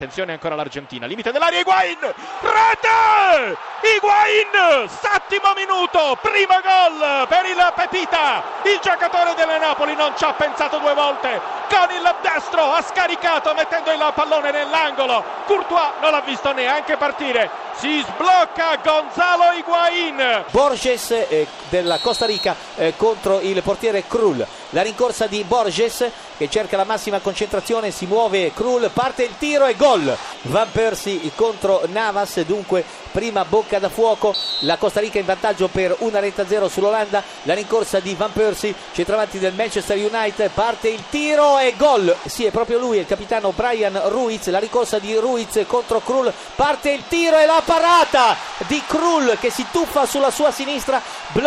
Attenzione ancora l'Argentina, limite dell'area, Higuain, rete! Higuain, settimo minuto, primo gol per il Pepita, il giocatore del Napoli non ci ha pensato due volte, con il destro ha scaricato mettendo il pallone nell'angolo, Courtois non l'ha visto neanche partire, si sblocca Gonzalo Higuain. Borges della Costa Rica contro il portiere Krul, la rincorsa di Borges che cerca la massima concentrazione, si muove Krul, parte il tiro e gol. Van Persie contro Navas, dunque prima bocca da fuoco, la Costa Rica in vantaggio per 1-0 sull'Olanda, la rincorsa di Van Persie, centravanti del Manchester United, parte il tiro e gol. Sì, è proprio lui, il capitano Brian Ruiz, la rincorsa di Ruiz contro Krul, parte il tiro e la parata di Krul che si tuffa sulla sua sinistra,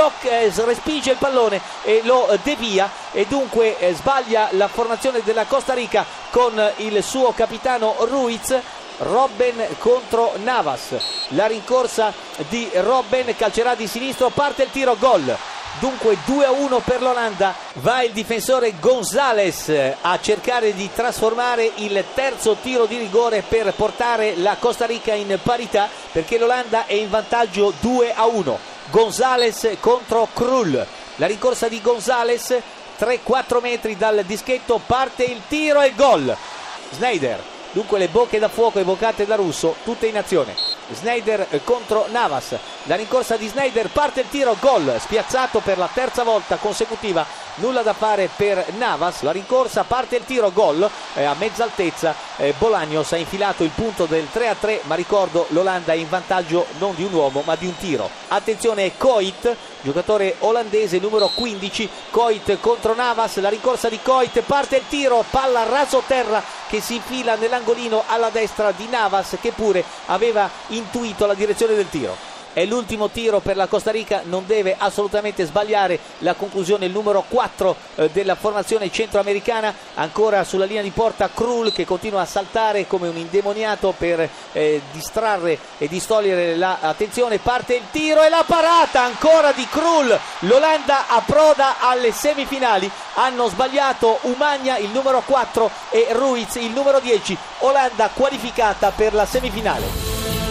respinge il pallone e lo devia e dunque sbaglia la formazione della Costa Rica con il suo capitano Ruiz. Robben contro Navas, la rincorsa di Robben, calcerà di sinistro, parte il tiro, gol. Dunque 2-1 per l'Olanda, va il difensore González a cercare di trasformare il terzo tiro di rigore per portare la Costa Rica in parità, perché l'Olanda è in vantaggio 2-1. González contro Krul, la rincorsa di González, 3-4 metri dal dischetto, parte il tiro e gol. Sneijder, dunque le bocche da fuoco evocate da Russo, tutte in azione. Sneijder contro Navas, la rincorsa di Sneijder, parte il tiro, gol, spiazzato per la terza volta consecutiva, nulla da fare per Navas, la rincorsa, parte il tiro, gol, a mezza altezza Bolaños ha infilato il punto del 3-3, ma ricordo l'Olanda è in vantaggio non di un uomo ma di un tiro. Attenzione Coit, giocatore olandese numero 15, Coit contro Navas, la rincorsa di Coit, parte il tiro, palla raso terra che si infila nell'angolino alla destra di Navas che pure aveva intuito la direzione del tiro. È l'ultimo tiro per la Costa Rica, non deve assolutamente sbagliare la conclusione, il numero 4 della formazione centroamericana, ancora sulla linea di porta Krul che continua a saltare come un indemoniato per distrarre e distogliere l'attenzione, parte il tiro e la parata ancora di Krul. L'Olanda approda alle semifinali, hanno sbagliato Umagna il numero 4 e Ruiz il numero 10, Olanda qualificata per la semifinale.